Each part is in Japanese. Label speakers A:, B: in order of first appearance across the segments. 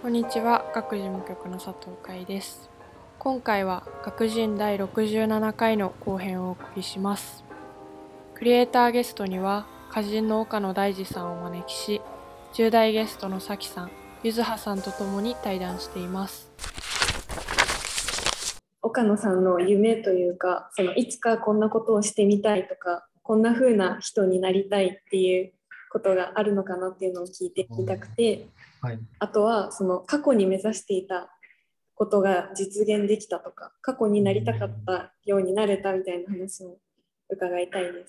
A: こんにちは、学事務局の佐藤海です。今回は学人第67回の後編をお送りします。クリエイターゲストには歌人の岡野大二さんをお招きし、10代ゲストのさきさん、ゆずはさんとともに対談しています。
B: 岡野さんの夢というか、いつかこんなことをしてみたいとか、こんな風な人になりたいっていうことがあるのかなっていうのを聞いてみたくて、
C: はい、
B: あとは過去に目指していたことが実現できたとか、過去になりたかったようになれたみたいな話を伺いたいです。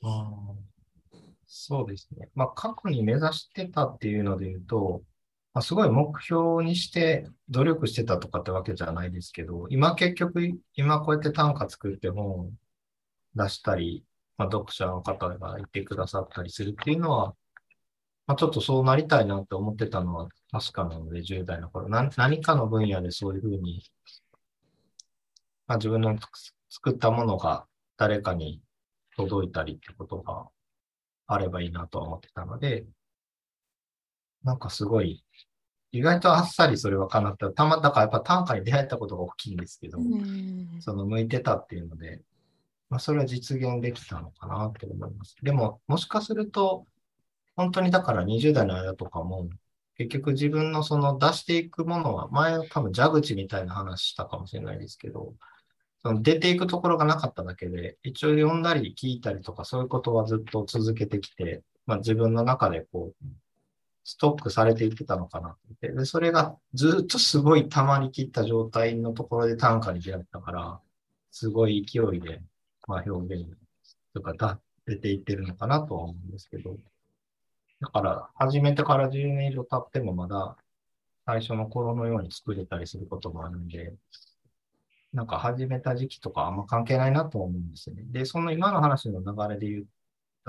C: そうですね。過去に目指してたっていうので言うと、すごい目標にして努力してたとかってわけじゃないですけど、結局、今こうやって短歌作って本を出したり、読者の方がいてくださったりするっていうのは、ちょっとそうなりたいなって思ってたのは確かなので、10代の頃。何かの分野でそういうふうに、自分の作ったものが誰かに届いたりってことがあればいいなとは思ってたので、すごい、意外とあっさりそれは叶った。だからやっぱ短歌に出会えたことが大きいんですけど、向いてたっていうので、それは実現できたのかなって思います。でも、もしかすると、本当にだから20代の間とかも、結局自分の出していくものは、前多分蛇口みたいな話したかもしれないですけど、出ていくところがなかっただけで、一応読んだり聞いたりとかそういうことはずっと続けてきて、自分の中でストックされていってたのかなって。で、それがずっとすごい溜まりきった状態のところで短歌に出会ったから、すごい勢いで、表現とか出ていってるのかなとは思うんですけど。だから、始めてから10年以上経ってもまだ最初の頃のように作れたりすることもあるんで、始めた時期とかあんま関係ないなと思うんですよね。で、その今の話の流れで言った、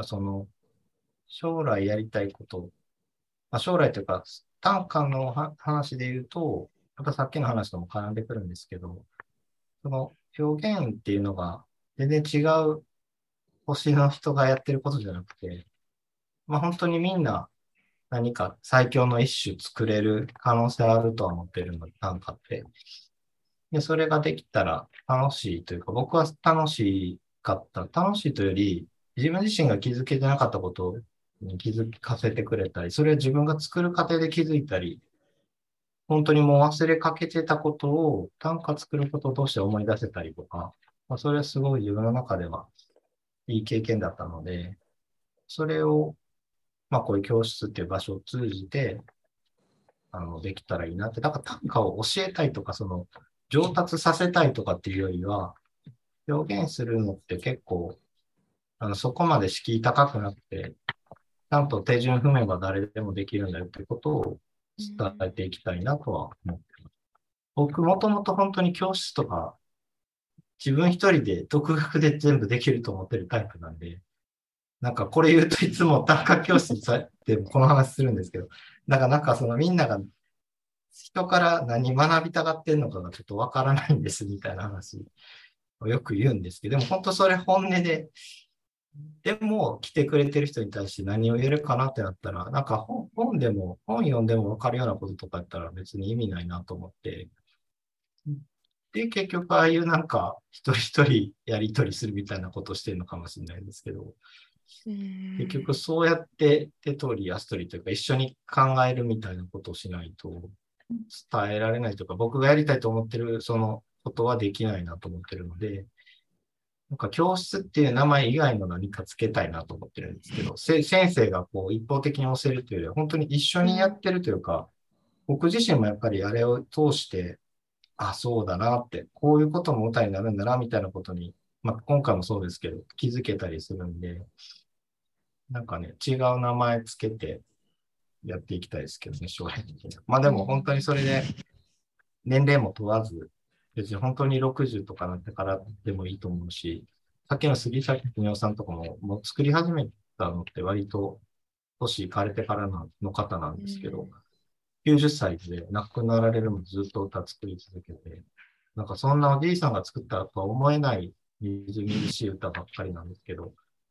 C: 将来やりたいこと、将来というか、短歌の話で言うと、やっぱさっきの話とも絡んでくるんですけど、その表現っていうのが全然違う星の人がやってることじゃなくて、本当にみんな何か最強の一種作れる可能性あるとは思ってるので、短歌って。で、それができたら楽しいというか、僕は楽しかった。楽しいというより、自分自身が気づけてなかったことに気づかせてくれたり、それを自分が作る過程で気づいたり、本当にもう忘れかけてたことを短歌作ることを通して思い出せたりとか、それはすごい自分の中ではいい経験だったので、それを、こういう教室っていう場所を通じて、できたらいいなって。だから短歌を教えたいとか、上達させたいとかっていうよりは、表現するのって結構、そこまで敷居高くなくて、ちゃんと手順踏めば誰でもできるんだよってことを伝えていきたいなとは思ってます。僕もともと本当に教室とか、自分一人で独学で全部できると思ってるタイプなんで、これ言うといつも短歌教室でこの話するんですけど、みんなが人から何学びたがってんのかがちょっとわからないんですみたいな話をよく言うんですけど、でも本当それ本音で、でも来てくれてる人に対して何を言えるかなってなったら、本読んでもわかるようなこととかやったら別に意味ないなと思って、で、結局ああいう一人一人やりとりするみたいなことをしてるのかもしれないんですけど、結局そうやって手取り足取りというか一緒に考えるみたいなことをしないと伝えられないというか、僕がやりたいと思ってるそのことはできないなと思ってるので、教室っていう名前以外の何かつけたいなと思ってるんですけど、先生が一方的に教えるというよりは、本当に一緒にやってるというか、僕自身もやっぱりあれを通して、そうだなって、こういうことも歌になるんだな、みたいなことに、今回もそうですけど、気づけたりするんで、違う名前つけてやっていきたいですけどね、将来的に。でも本当にそれで、年齢も問わず、別に本当に60とかなってからでもいいと思うし、さっきの杉崎文夫さんとかもう作り始めたのって割と年いかれてからの方なんですけど、90歳で亡くなられるのずっと歌作り続けて、そんなおじいさんが作ったとは思えないみずみずしい歌ばっかりなんですけど、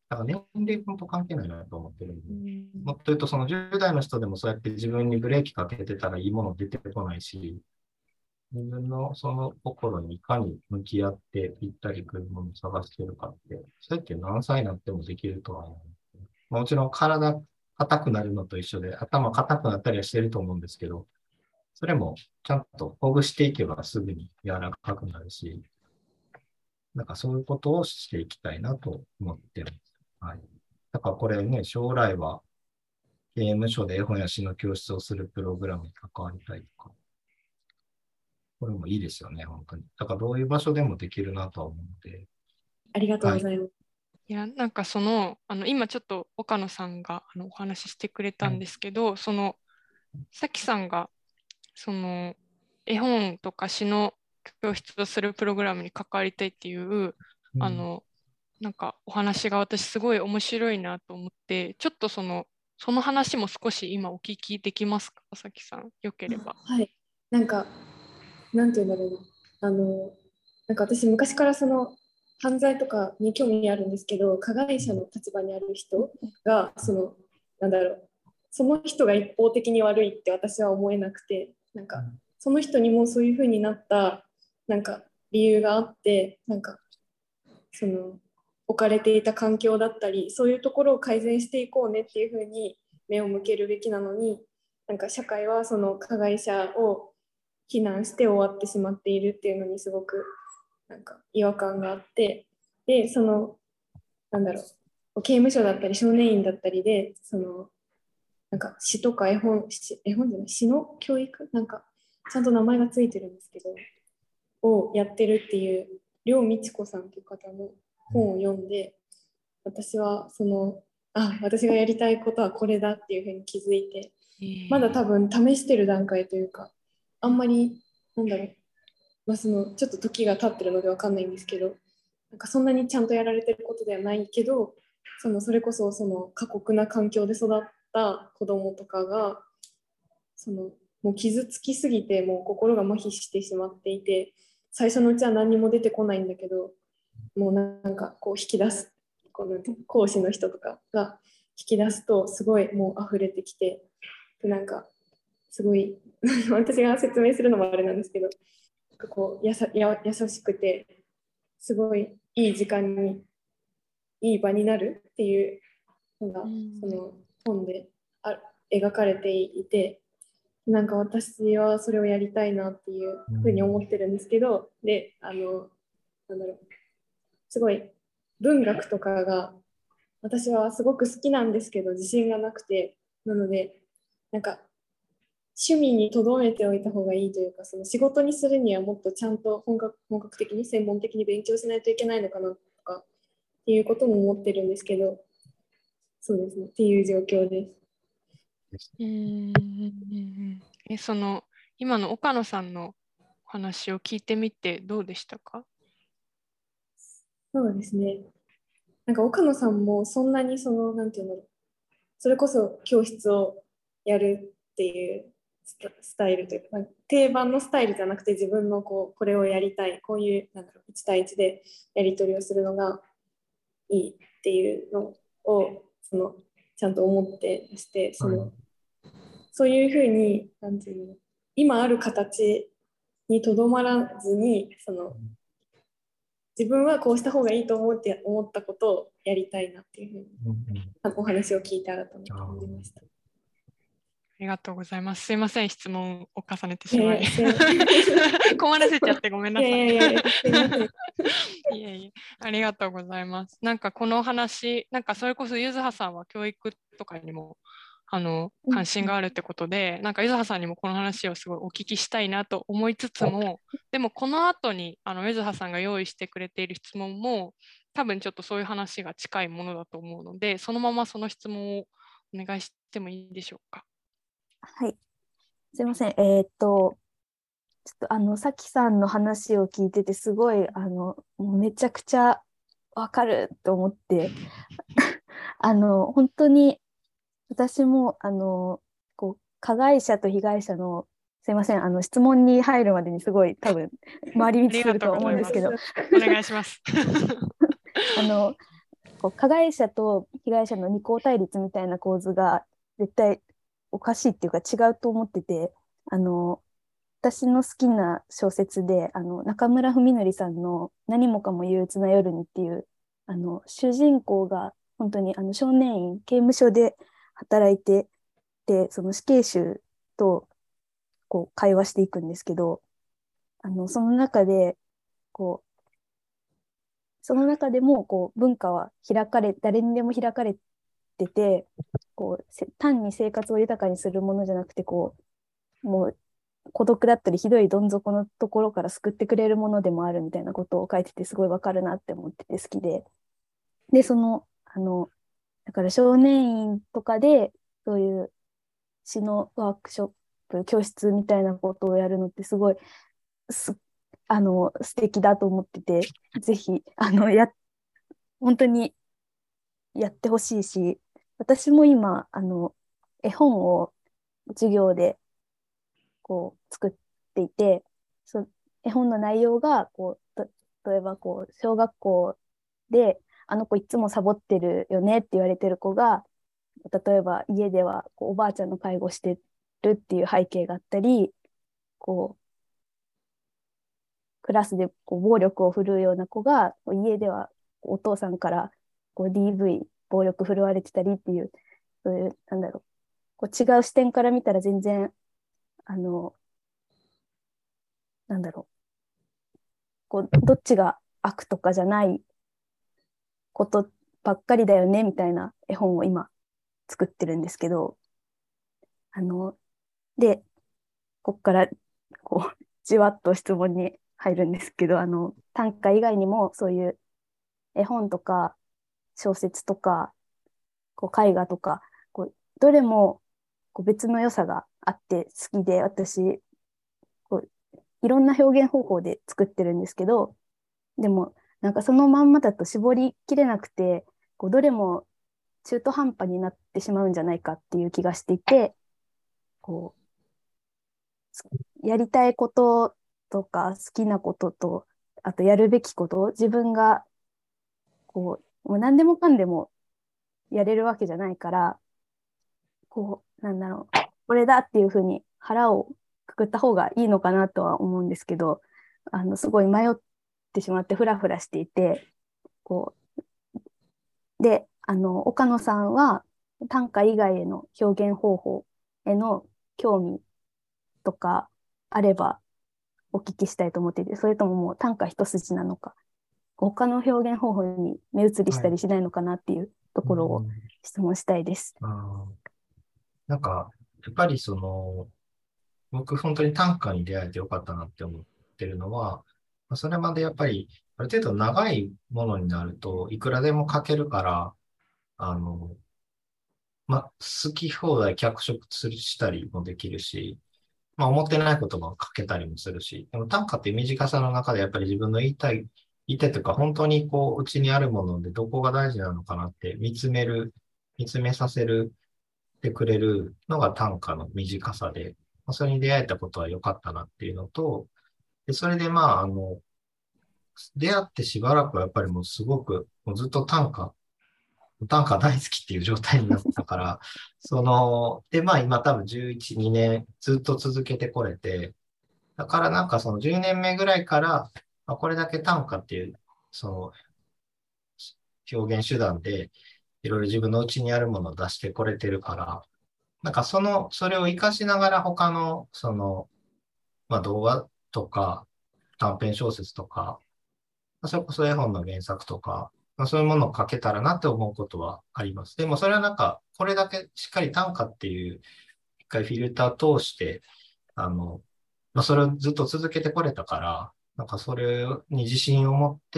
C: だから年齢本当関係ないなと思ってるんで、
A: うん
C: もっと言うとその10代の人でもそうやって自分にブレーキかけてたらいいもの出てこないし、自分のその心にいかに向き合ってぴったりくるものを探してるかって、それって何歳になってもできるとは思う。もちろん体硬くなるのと一緒で頭硬くなったりはしてると思うんですけど、それもちゃんとほぐしていけばすぐに柔らかくなるし、なんかそういうことをしていきたいなと思ってます。はい。だからこれね、将来は刑務所で絵本や詩の教室をするプログラムに関わりたいとか、これもいいですよね、本当に。だからどういう場所でもできるなとは思うので、
B: ありがとう
C: はい。
B: ございます。
A: いや、なんか今ちょっと岡野さんがお話ししてくれたんですけど、さきさんがその絵本とか詩の教室をするプログラムに関わりたいっていう、
C: うん
A: なんかお話が私すごい面白いなと思って、ちょっとその話も少し今お聞きできますか、さきさん、よければ。
B: はい。なんか、なんていうんだろうな。なんか私昔からその犯罪とかに興味あるんですけど、加害者の立場にある人が、なんだろう、その人が一方的に悪いって私は思えなくて、なんか、その人にもそういう風になった、なんか理由があって、なんか、その、置かれていた環境だったり、そういうところを改善していこうねっていう風に目を向けるべきなのに、なんか社会はその加害者を非難して終わってしまっているっていうのにすごくなんか違和感があって、でなんだろう、刑務所だったり少年院だったりでなんか詩とか絵本じゃない詩の教育なんかちゃんと名前がついてるんですけどをやってるっていう両美智子さんっていう方の本を読んで、私は私がやりたいことはこれだっていうふうに気づいて、まだ多分試してる段階というか、あんまりなんだろう、ちょっと時が経ってるので分かんないんですけど、なんかそんなにちゃんとやられてることではないけど、それこそその過酷な環境で育った子供とかがもう傷つきすぎてもう心が麻痺してしまっていて、最初のうちは何にも出てこないんだけど、もうなんかこう引き出す、講師の人とかが引き出すとすごいもう溢れてきて、でなんかすごい私が説明するのもあれなんですけど、こう優しくてすごいいい時間にいい場になるっていうのがその本で描かれていて、なんか私はそれをやりたいなっていうふうに思ってるんですけど、でなんだろう、すごい文学とかが私はすごく好きなんですけど自信がなくて、なのでなんか趣味に留めておいた方がいいというか、その仕事にするにはもっとちゃんと本格的に専門的に勉強しないといけないのかなとかっていうことも思ってるんですけど、そうですねっていう状況です。
A: 今の岡野さんのお話を聞いてみてどうでしたか？
B: そうですね。なんか岡野さんもそんなになんていうんだろう、それこそ教室をやるっていうスタイルというか、定番のスタイルじゃなくて自分のこれをやりたい、こういう1対1でやり取りをするのがいいっていうのをちゃんと思ってしてそういうふうになんていうの、今ある形にとどまらずに自分はこうした方がいいと思ったことをやりたいなっていうふうに、お話を聞いて改めて思いました。
A: ありがとうございます。すいません、質問を重ねてしまい。困らせちゃってごめんなさい。
B: すいません。
A: いえいえ、ありがとうございます。なんかこの話、なんかそれこそゆずはさんは教育とかにも関心があるってことで、なんかゆずはさんにもこの話をすごいお聞きしたいなと思いつつも、でもこの後にゆずはさんが用意してくれている質問も多分ちょっとそういう話が近いものだと思うので、そのままその質問をお願いしてもいいでしょうか。
D: はい、すいません。ちょっとさきさんの話を聞いててすごいもうめちゃくちゃわかると思って本当に私もこう加害者と被害者のすいません質問に入るまでにすごい多分回り道すると思うんですけど
A: お願いします
D: こう加害者と被害者の二項対立みたいな構図が絶対おかしいっていうか違うと思ってて、私の好きな小説で中村文則さんの「何もかも憂鬱な夜に」っていう主人公が本当に少年院刑務所で働いてて、その死刑囚とこう会話していくんですけど、その中でこうその中でもこう文化は誰にでも開かれてて、こう単に生活を豊かにするものじゃなくて、こうもう孤独だったりひどいどん底のところから救ってくれるものでもあるみたいなことを書いてて、すごいわかるなって思ってて好きで、でだから少年院とかでそういう詩のワークショップ、教室みたいなことをやるのってすごいす素敵だと思ってて、ぜひ本当にやってほしいし、私も今絵本を授業でこう作っていて、絵本の内容がこう例えばこう小学校であの子いつもサボってるよねって言われてる子が、例えば家ではこうおばあちゃんの介護してるっていう背景があったり、こうクラスでこう暴力を振るうような子が家ではお父さんからこう DV 暴力振るわれてたりっていう、そういうなんだろう、こう違う視点から見たら全然なんだろう、こうどっちが悪とかじゃないことばっかりだよねみたいな絵本を今作ってるんですけど、でこっからこうじわっと質問に入るんですけど、短歌以外にもそういう絵本とか小説とかこう絵画とか、こうどれもこう別の良さがあって好きで、私こういろんな表現方法で作ってるんですけど、でもなんかそのまんまだと絞りきれなくて、こうどれも中途半端になってしまうんじゃないかっていう気がしていて、こうやりたいこととか好きなことと、あとやるべきこと、自分がこもう何でもかんでもやれるわけじゃないから、こうなんだろう、これだっていうふうに腹をくくった方がいいのかなとは思うんですけど、すごい迷ってしまってフラフラしていて、こで岡野さんは短歌以外への表現方法への興味とかあればお聞きしたいと思っていて、それとももう短歌一筋なのか、他の表現方法に目移りしたりしないのかなっていうところを質問したいです。
C: なんか、やっぱり僕本当に短歌に出会えてよかったなって思ってるのは、それまでやっぱりある程度長いものになるといくらでも書けるから、好き放題脚色したりもできるし、思ってない言葉を書けたりもするし、でも短歌っていう短さの中でやっぱり自分の言いたいというか、本当にこう、うちにあるものでどこが大事なのかなって見つめさせてくれるのが短歌の短さで、それに出会えたことは良かったなっていうのと、で、それで出会ってしばらくはやっぱりもうすごく、もうずっと短歌大好きっていう状態になったから、で、今多分11、2年ずっと続けてこれて、だからなんかその10年目ぐらいから、これだけ短歌っていう、表現手段で、いろいろ自分の内にあるものを出してこれてるから、なんかそれを活かしながら他の、動画とか短編小説とか、それこそ絵本の原作とか、そういうものを書けたらなって思うことはあります。でもそれはなんか、これだけしっかり短歌っていう一回フィルター通して、それをずっと続けてこれたから、なんかそれに自信を持って、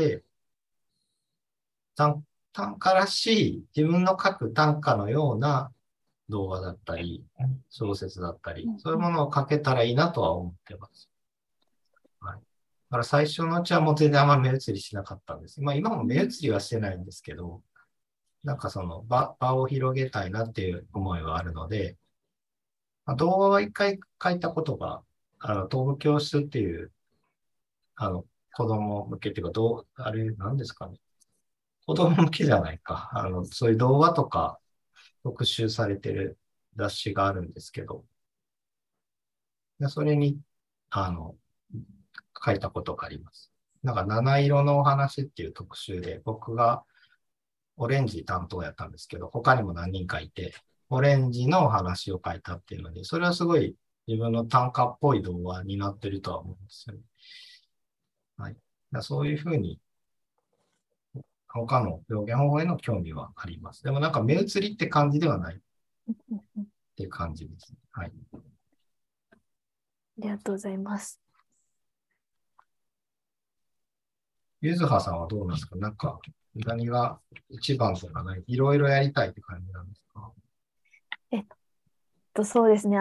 C: 短歌らしい自分の書く短歌のような動画だったり、小説だったり、そういうものを書けたらいいなとは思ってます。はい。だから最初のうちはもう全然あんまり目移りしなかったんです。今も目移りはしてないんですけど、なんか場を広げたいなっていう思いはあるので、動画は一回書いたことが、東部教室っていう、子供向けっていうか、あれ、何ですかね。 子供向けじゃないか。そういう動画とか特集されてる雑誌があるんですけど、でそれに、あの、書いたことがあります。なんか、七色のお話っていう特集で、僕がオレンジ担当やったんですけど、他にも何人かいて、オレンジのお話を書いたっていうので、それはすごい自分の短歌っぽい動画になってるとは思うんですよね。はい。そういうふうに、他の表現方法への興味はあります。でもなんか目移りって感じではないっていう感じですね。はい。
D: ありがとうございます。
C: ゆずはさんはどうなんですか？なんか、何が一番とかない、いろいろやりたいって感じなんですか？
D: そうですね。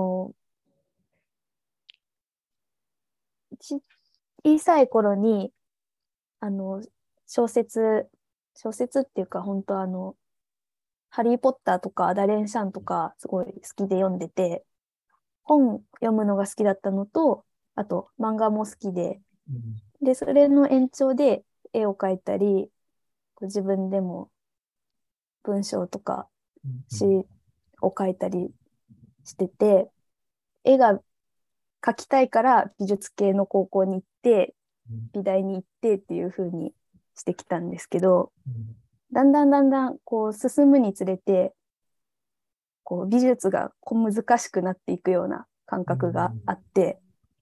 D: ち小さい頃に、あの、小説、小説っていうか、本当ハリー・ポッターとかダレン・シャンとか、すごい好きで読んでて、本読むのが好きだったのと、あと漫画も好きで、
C: うん。
D: で、それの延長で絵を描いたり、自分でも文章とか詩を描いたりしてて、絵が描きたいから美術系の高校に行って、美大に行ってっていう風にしてきたんですけど、だんだんだんだんこう進むにつれて、こう美術が小難しくなっていくような感覚があって、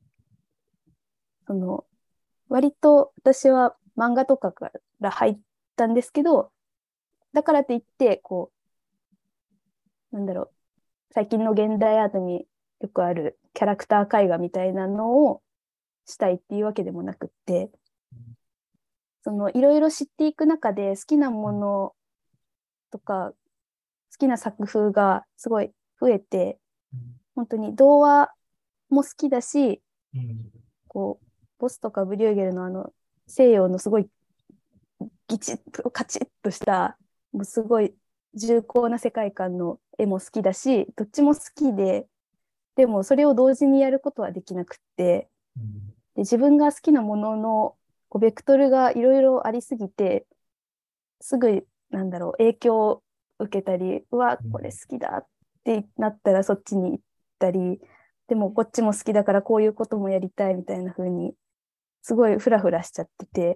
D: 割と私は漫画とかから入ったんですけど、だからといって、こう、なんだろう、最近の現代アートによくあるキャラクター絵画みたいなのをしたいっていうわけでもなくって、いろいろ知っていく中で好きなものとか、好きな作風がすごい増えて、本当に童話も好きだし、こう、ボスとかブリューゲルの西洋のすごいギチッとカチッとしたもうすごい重厚な世界観の絵も好きだし、どっちも好きで、でもそれを同時にやることはできなくって、で自分が好きなもののこうベクトルがいろいろありすぎて、すぐ影響を受けたり、うわこれ好きだってなったらそっちに行ったり、でもこっちも好きだからこういうこともやりたいみたいな風にすごいフラフラしちゃってて、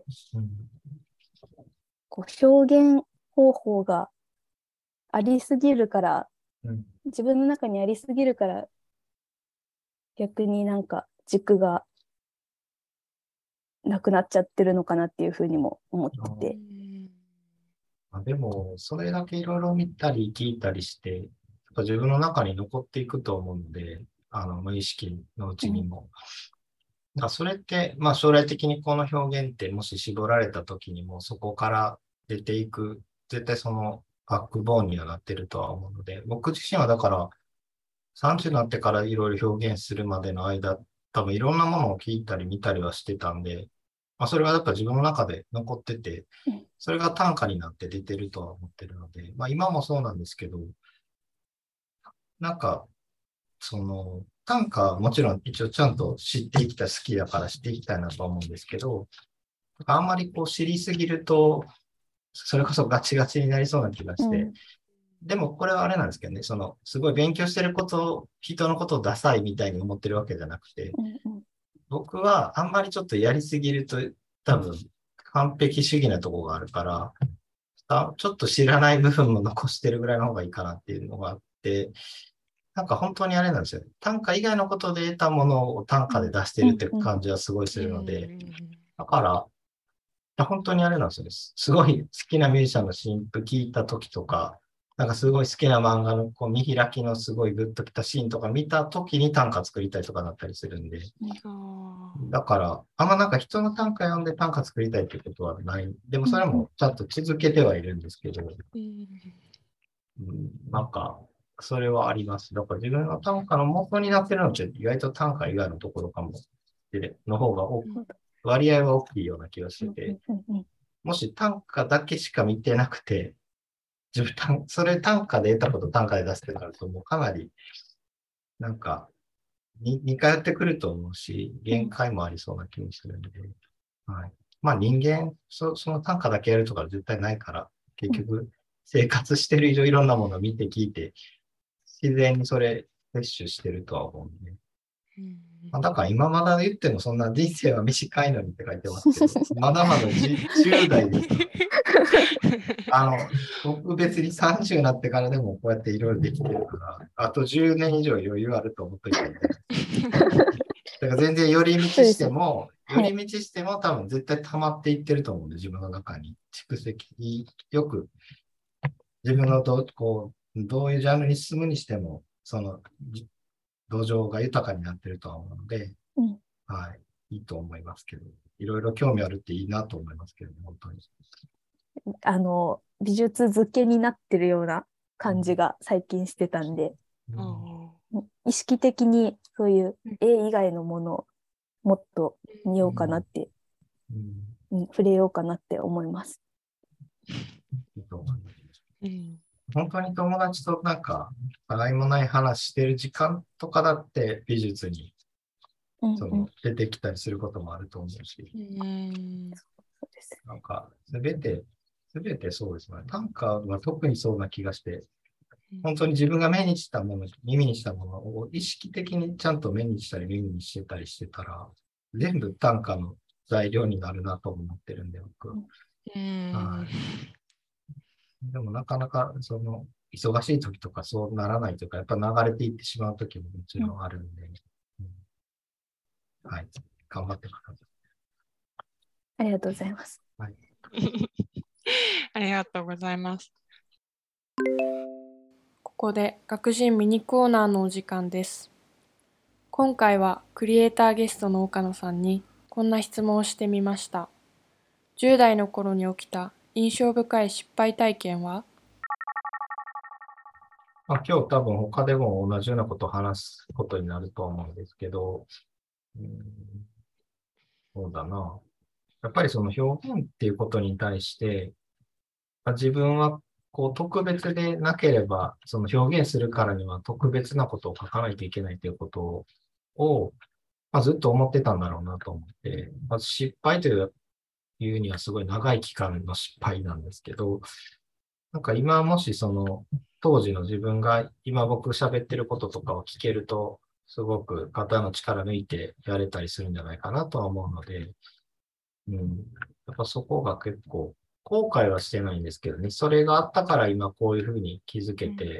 D: こう表現方法がありすぎるから、自分の中にありすぎるから逆になんか軸がなくなっちゃってるのかなっていうふうにも思ってて。
C: でも、それだけいろいろ見たり聞いたりして、やっぱ自分の中に残っていくと思うので、無意識のうちにも。だからそれって、まあ将来的にこの表現ってもし絞られた時にもそこから出ていく、絶対そのバックボーンにはなってるとは思うので、僕自身はだから30になってからいろいろ表現するまでの間、多分いろんなものを聞いたり見たりはしてたんで、まあそれがやっぱ自分の中で残ってて、それが短歌になって出てるとは思ってるので、まあ今もそうなんですけど、なんか、短歌はもちろん一応ちゃんと知っていきたい、好きだから知っていきたいなと思うんですけど、あんまりこう知りすぎると、それこそガチガチになりそうな気がして、でもこれはあれなんですけどね、すごい勉強してることを、人のことをダサいみたいに思ってるわけじゃなくて、僕はあんまりちょっとやりすぎると多分完璧主義なところがあるから、ちょっと知らない部分も残してるぐらいの方がいいかなっていうのがあって、なんか本当にあれなんですよ。短歌以外のことで得たものを短歌で出してるって感じはすごいするので、だから、本当にあれなんですよね。すごい好きなミュージシャンの新譜聞いた時とか、なんかすごい好きな漫画のこう見開きのすごいグッときたシーンとか見た時に短歌作りたいとかだったりするんで、だから、あんまなんか人の短歌読んで短歌作りたいってことはない。でもそれもちゃんと続けてはいるんですけど、なんか、それはあります。だから自分の短歌の元になってるのって意外と短歌以外のところかも、の方が割合は大きいような気がしてて、もし短歌だけしか見てなくて、それ短歌で得たこと短歌で出してからともうかなり、なんか、似通ってくると思うし、限界もありそうな気もするんで、はい。 まあ人間、その単価だけやるとか絶対ないから、結局生活してる以上いろんなものを見て聞いて、自然にそれ摂取してるとは思うんで。まあだから今まだ言ってもそんな人生は短いのにって書いてますけど、まだまだ10代ですから。僕別に30になってからでもこうやっていろいろできてるから、あと10年以上余裕あると思っといてるんで。だから全然寄り道しても、寄り道しても多分絶対溜まっていってると思うんで、自分の中に。蓄積、よく自分のどういうジャンルに進むにしても、その土壌が豊かになってるとは思うので、はい、いいと思いますけど、いろいろ興味あるっていいなと思いますけど、本当に。
D: 美術漬けになってるような感じが最近してたんで、意識的にそういう絵以外のものをもっと見ようかなって、触れようかなって思います。
C: いいと思います。本当に友達となんか、たいもない話してる時間とかだって美術に出てきたりすることもあると思うし、なんか、すべてそうですね。短歌は特にそうな気がして、本当に自分が目にしたもの、耳にしたものを意識的にちゃんと目にしたり耳にしてたりしてたら、全部短歌の材料になるなと思ってるんで、僕。でもなかなか忙しい時とかそうならないというか、やっぱ流れていってしまう時ももちろんあるんで、はい、頑張ってください。
D: ありがとうございます。
C: はい、
A: ありがとうございます。ここで学人ミニコーナーのお時間です。今回はクリエイターゲストの岡野さんにこんな質問をしてみました。10代の頃に起きた印象深い失敗体験は？
C: 今日多分他でも同じようなことを話すことになると思うんですけど、そうだな。やっぱりその表現っていうことに対して、自分は特別でなければ、その表現するからには特別なことを書かないといけないということを、ずっと思ってたんだろうなと思って、まず失敗というにはすごい長い期間の失敗なんですけど、なんか今もし当時の自分が今僕喋ってることとかを聞けると、すごく肩の力抜いてやれたりするんじゃないかなとは思うので、やっぱそこが結構、後悔はしてないんですけどね、それがあったから今こういうふうに気づけて、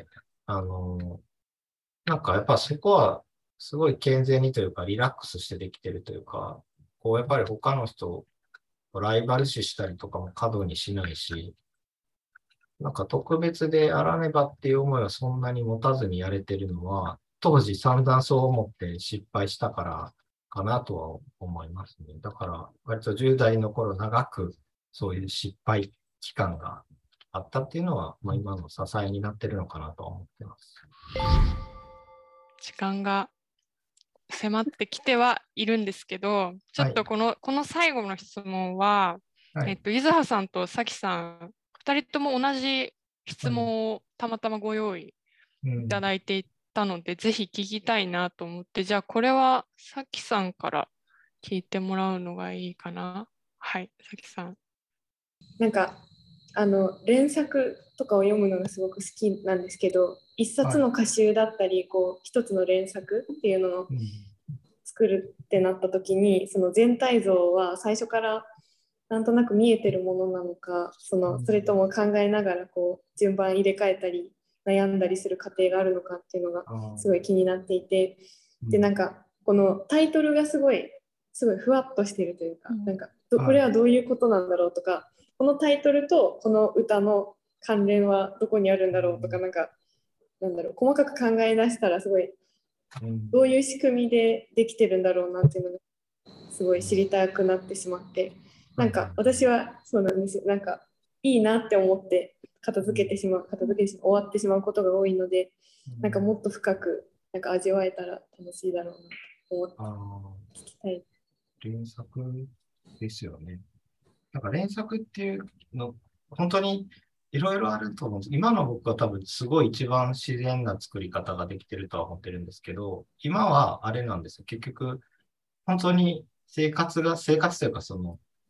C: なんかやっぱそこはすごい健全にというかリラックスしてできてるというか、やっぱり他の人、ライバル視したりとかも過度にしないし、なんか特別であらねばっていう思いはそんなに持たずにやれてるのは、当時散々そう思って失敗したからかなとは思いますね。だから、割と10代の頃長くそういう失敗期間があったっていうのは、今の支えになってるのかなと思ってます。
A: 時間が迫ってきてはいるんですけど、ちょっとこの最後の質問は、ゆずはさんとさきさん、2人とも同じ質問をたまたまご用意いただいていたので、ぜひ聞きたいなと思って、じゃあこれはさきさんから聞いてもらうのがいいかな。はい、さきさん。
B: なんか連作とかを読むのがすごく好きなんですけど、一冊の歌集だったり、一つの連作っていうのを作るってなった時に、その全体像は最初からなんとなく見えてるものなのか、それとも考えながら順番入れ替えたり悩んだりする過程があるのかっていうのがすごい気になっていて、でなんかこのタイトルがすごいふわっとしてるというか、なんかこれはどういうことなんだろうとか、このタイトルとこの歌の関連はどこにあるんだろうとか、なんかなんだろう、細かく考え出したらすごいどういう仕組みでできてるんだろうなっていうのがすごい知りたくなってしまって、なんか私はそうなんですよ、なんかいいなって思って片付けてしまう終わってしまうことが多いので、なんかもっと深くなんか味わえたら楽しいだろうなと思って聞きたい。
C: 連作ですよね。なんか連作っていうの、本当にいろいろあると思うんです。今の僕は多分すごい一番自然な作り方ができてるとは思ってるんですけど、今はあれなんですよ。結局、本当に生活というか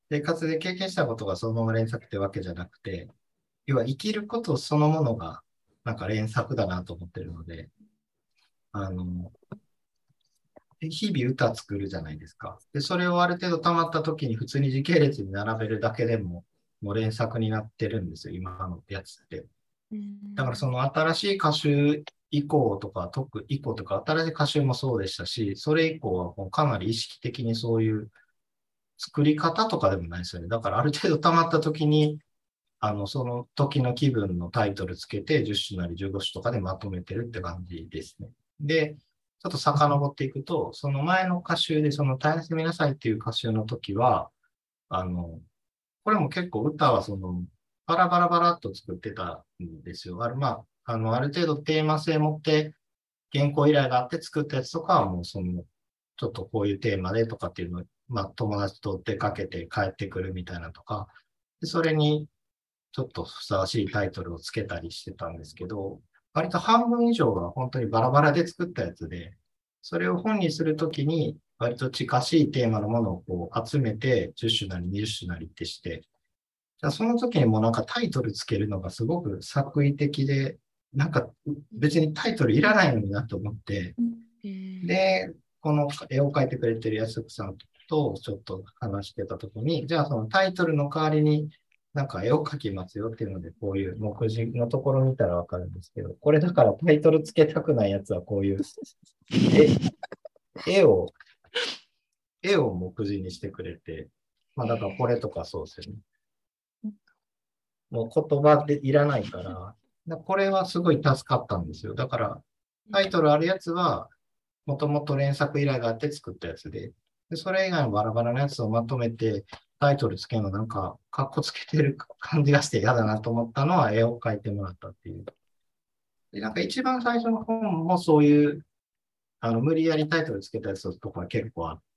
C: 生活で経験したことがそのまま連作ってわけじゃなくて、要は生きることそのものがなんか連作だなと思ってるので、日々歌作るじゃないですか。で、それをある程度溜まった時に普通に時系列に並べるだけでも、もう連作になってるんですよ、今のやつって。だからその新しい歌集以降とか、以降とか、新しい歌集もそうでしたし、それ以降はもうかなり意識的にそういう作り方とかでもないですよね。だからある程度溜まった時に、その時の気分のタイトルつけて10首なり15首とかでまとめてるって感じですね。で、ちょっと遡っていくと、その前の歌集で、その大切に見なさいっていう歌集の時は、これも結構歌はバラバラバラっと作ってたんですよ。ある程度テーマ性持って原稿依頼があって作ったやつとかはもうちょっとこういうテーマでとかっていうのを、友達と出かけて帰ってくるみたいなとか、でそれにちょっとふさわしいタイトルをつけたりしてたんですけど、割と半分以上が本当にバラバラで作ったやつで、それを本にするときに割と近しいテーマのものをこう集めて10種なり20種なりってして、じゃあその時にもうなんかタイトルつけるのがすごく作為的で、なんか別にタイトルいらないのになと思って、で、この絵を描いてくれてる安福さんとちょっと話してた時に、じゃあそのタイトルの代わりになんか絵を描きますよっていうので、こういう目次のところ見たらわかるんですけど、これだからタイトルつけたくないやつはこういう絵を目次にしてくれて、だからこれとかそうですよね。もう言葉でいらないから、これはすごい助かったんですよ。だから、タイトルあるやつは、もともと連作依頼があって作ったやつで、それ以外のバラバラなやつをまとめて、タイトルつけるのなんか、かっこつけてる感じがして嫌だなと思ったのは、絵を描いてもらったっていう。で、なんか一番最初の本もそういう、無理やりタイトルつけたやつとか結構あって、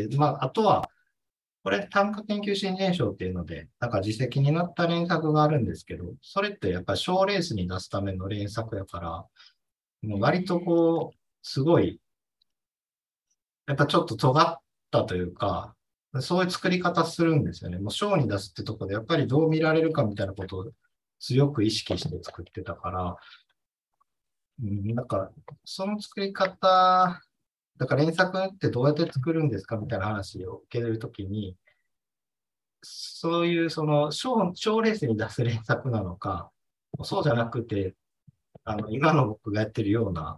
C: あとは、これ単価研究新人賞っていうので、なんか自責になった連作があるんですけど、それってやっぱり賞レースに出すための連作やから、もう割とこう、すごい、やっぱちょっと尖ったというか、そういう作り方するんですよね。もう賞に出すってとこで、やっぱりどう見られるかみたいなことを強く意識して作ってたから、なんか、その作り方、だから連作ってどうやって作るんですかみたいな話を受けるときに、そういう賞レースに出す連作なのか、そうじゃなくて、今の僕がやってるような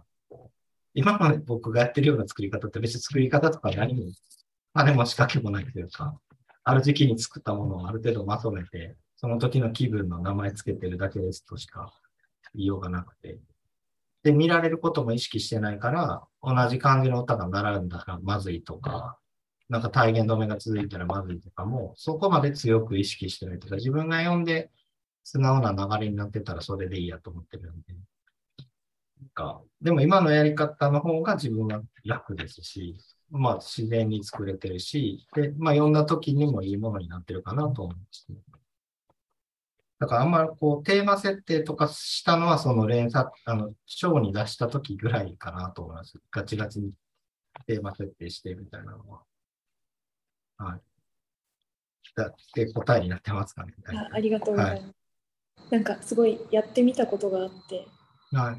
C: 作り方って別に作り方とか何も、種も仕掛けもないというか、ある時期に作ったものをある程度まとめて、その時の気分の名前つけてるだけですとしか言いようがなくて。で、見られることも意識してないから、同じ感じの歌が並んだらまずいとか、なんか体言止めが続いたらまずいとかも、そこまで強く意識してないとか、自分が読んで素直な流れになってたらそれでいいやと思ってるんで。でも今のやり方の方が自分は楽ですし、自然に作れてるし、で、読んだ時にもいいものになってるかなと思います、ね。だからあんまりこうテーマ設定とかしたのはその連作、章に出した時ぐらいかなと思います。ガチガチにテーマ設定してみたいなのは。はい。で、答えになってますかね。
B: ありがとうございます。はい、なんかすごいやってみたことがあって、
C: はい、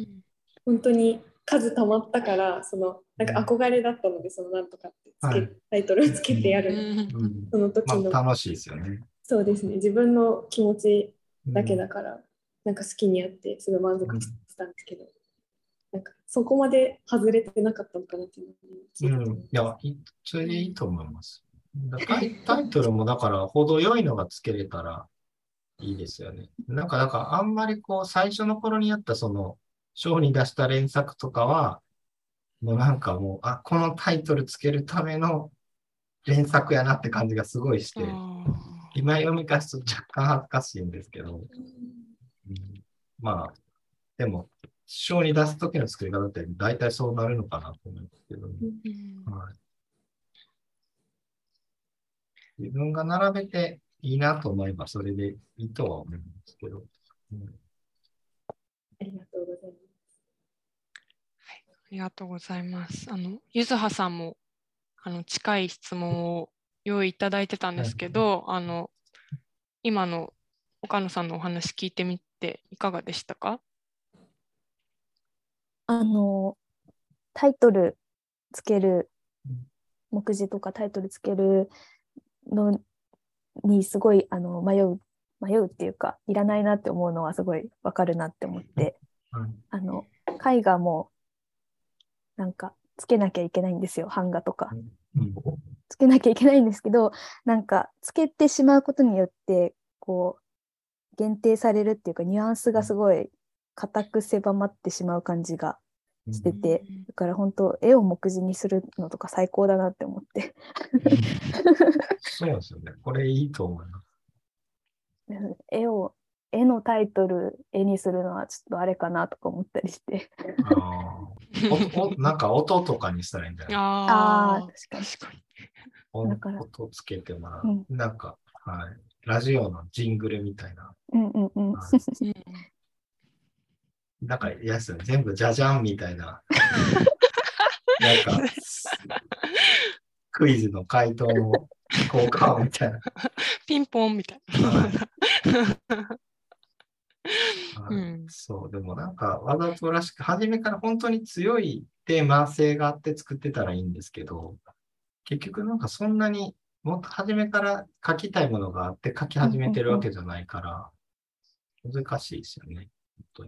B: 本当に数たまったから、なんか憧れだったので、なんとかってタイトルをつけてやる、その時の、
C: 楽しいですよね。
B: そうですね、自分の気持ちだけだから、なんか好きにやってすごい満足したんですけど、なんかそこまで外れてなかったのかなっていうのを聞いて、
C: いや、それでいいと思います。タイトルもだから程よいのがつけれたらいいですよね。なんかあんまりこう最初の頃にやった賞に出した連作とかは、もうなんかもう、このタイトルつけるための連作やなって感じがすごいして、今読み返すと若干恥ずかしいんですけど、でも、賞に出すときの作り方って大体そうなるのかなと思うんですけど、はい、自分が並べていいなと思えばそれでいいとは思うんですけど。
B: ありがとうございます。
A: はい、ありがとうございます。ゆずはさんも近い質問を用意いただいてたんですけど、今の岡野さんのお話聞いてみていかがでしたか？
D: タイトルつける、目次とかタイトルつけるのにすごい迷うっていうか、いらないなって思うのはすごいわかるなって思って、絵画もなんかつけなきゃいけないんですよ、版画とか。つけなきゃいけないんですけど、なんかつけてしまうことによってこう限定されるっていうか、ニュアンスがすごい固く狭まってしまう感じがしてて、だから本当絵を目次にするのとか最高だなって思って
C: そうですよね。これいいと思います。
D: 絵のタイトル絵にするのはちょっとあれかなとか思ったりして
C: なんか音とかにしたらいいんじゃない？
D: ああ、確かに。だから
C: 音つけてもらう。なんか、はい。ラジオのジングルみたいな。なんか、いやすね。全部じゃじゃんみたいな。なんか、クイズの回答の効果みたいな。
A: ピンポンみたいな。
C: そう、でもなんか、わざとらしく、初めから本当に強いテーマ性があって作ってたらいいんですけど、結局なんかそんなにもっと初めから書きたいものがあって書き始めてるわけじゃないから、難しいですよね。本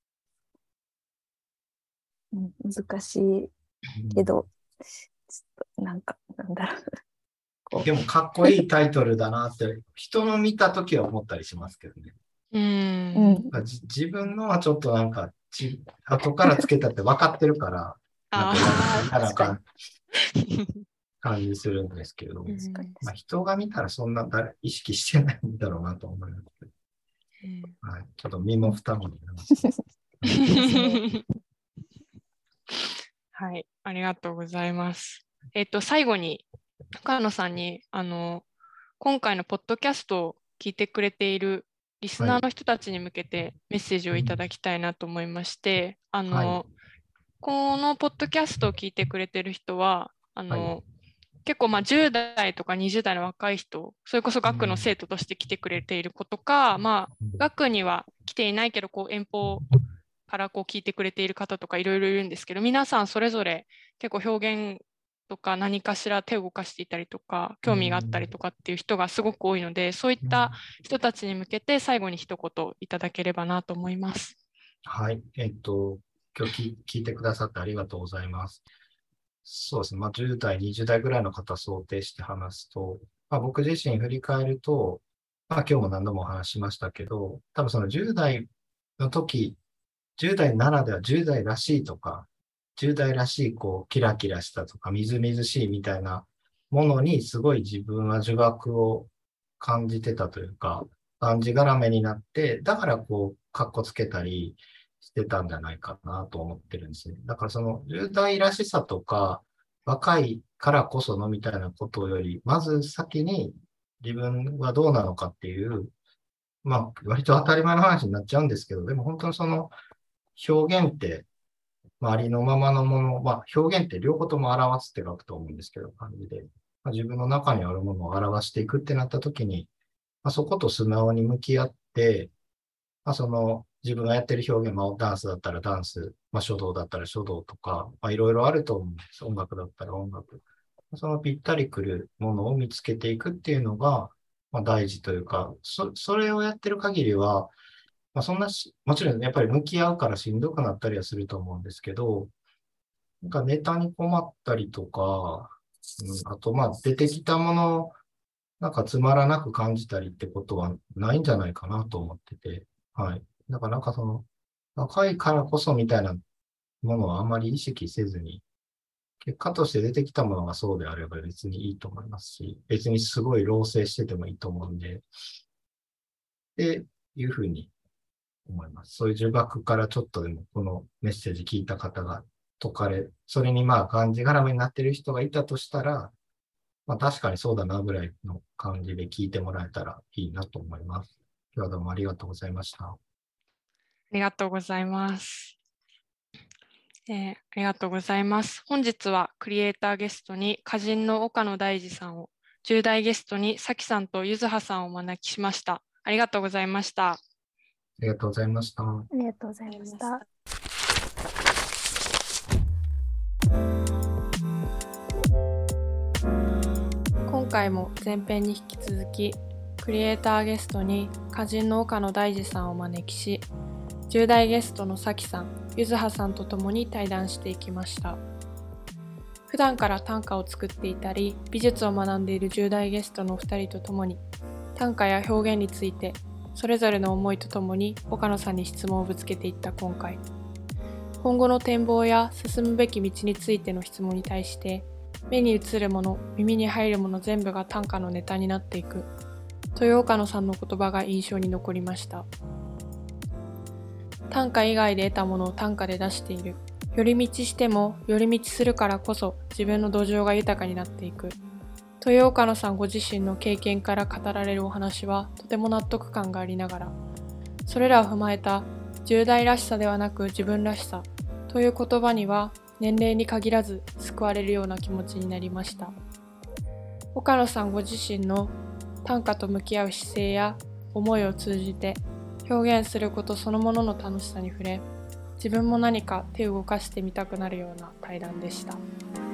D: 当に難しいけど、ちょっとなんだろう。
C: でもかっこいいタイトルだなって人の見たときは思ったりしますけどね。自分のはちょっとなんか後からつけたって分かってるから、なんか感じするんですけど、まあ、人が見たらそんな意識してないんだろうなと思います。はい、ちょっと身も蓋も
A: はい、ありがとうございます。最後に岡野さんに今回のポッドキャストを聞いてくれているリスナーの人たちに向けてメッセージをいただきたいなと思いまして、このポッドキャストを聞いてくれている人は結構10代とか20代の若い人、それこそ学の生徒として来てくれている子とか、学には来ていないけど遠方から聞いてくれている方とかいろいろいるんですけど、皆さんそれぞれ結構表現とか何かしら手を動かしていたりとか興味があったりとかっていう人がすごく多いので、そういった人たちに向けて最後に一言いただければなと思います。
C: はい。今日聞いてくださってありがとうございます。そうですね。10代、20代ぐらいの方想定して話すと、僕自身振り返ると、今日も何度もお話しましたけど、多分その10代の時、10代ならでは10代らしいとか、10代らしいキラキラしたとか、みずみずしいみたいなものにすごい自分は呪縛を感じてたというか、がんじがらめになって、だからかっこつけたりしてたんじゃないかなと思ってるんですね。だからその10代らしさとか、若いからこそのみたいなことより、まず先に自分はどうなのかっていう、割と当たり前の話になっちゃうんですけど、でも本当にその表現って、ありのままのもの、表現って両方とも表すって書くと思うんですけど、感じで。自分の中にあるものを表していくってなった時に、そこと素直に向き合って、その自分がやってる表現、ダンスだったらダンス、書道だったら書道とか、いろいろあると思うんです。音楽だったら音楽。そのぴったりくるものを見つけていくっていうのが、大事というか、それをやってる限りは、そんなもちろんやっぱり向き合うからしんどくなったりはすると思うんですけど、なんかネタに困ったりとか、あと出てきたもの、なんかつまらなく感じたりってことはないんじゃないかなと思ってて、はい。だからなんかその、若いからこそみたいなものはあんまり意識せずに、結果として出てきたものがそうであれば別にいいと思いますし、別にすごい老成しててもいいと思うんで、っていうふうに思います。そういう呪縛からちょっとでもこのメッセージ聞いた方が解かれ、それにがんじがらめになっている人がいたとしたら、確かにそうだなぐらいの感じで聞いてもらえたらいいなと思います。今日はどうもありがとうございました。
A: ありがとうございます。ありがとうございます。本日はクリエイターゲストに歌人の岡野大二さんを 10代ゲストにさきさんとゆずはさんをお招きしました。ありがとうございました。
C: ありがとうございました。
D: ありがとうございました。
A: 今回も前編に引き続き、クリエイターゲストに歌人の岡野大二さんをお招きし、10代ゲストのさきさん、ゆずはさんと共に対談していきました。普段から短歌を作っていたり、美術を学んでいる10代ゲストの2人と共に、短歌や表現について、それぞれの思いとともに岡野さんに質問をぶつけていった今回。今後の展望や進むべき道についての質問に対して、目に映るもの、耳に入るもの全部が短歌のネタになっていくという岡野さんの言葉が印象に残りました。短歌以外で得たものを短歌で出している。寄り道しても寄り道するからこそ自分の土壌が豊かになっていく。という岡野さんご自身の経験から語られるお話はとても納得感がありながら、それらを踏まえた10代らしさではなく自分らしさという言葉には年齢に限らず救われるような気持ちになりました。岡野さんご自身の短歌と向き合う姿勢や思いを通じて表現することそのものの楽しさに触れ、自分も何か手を動かしてみたくなるような対談でした。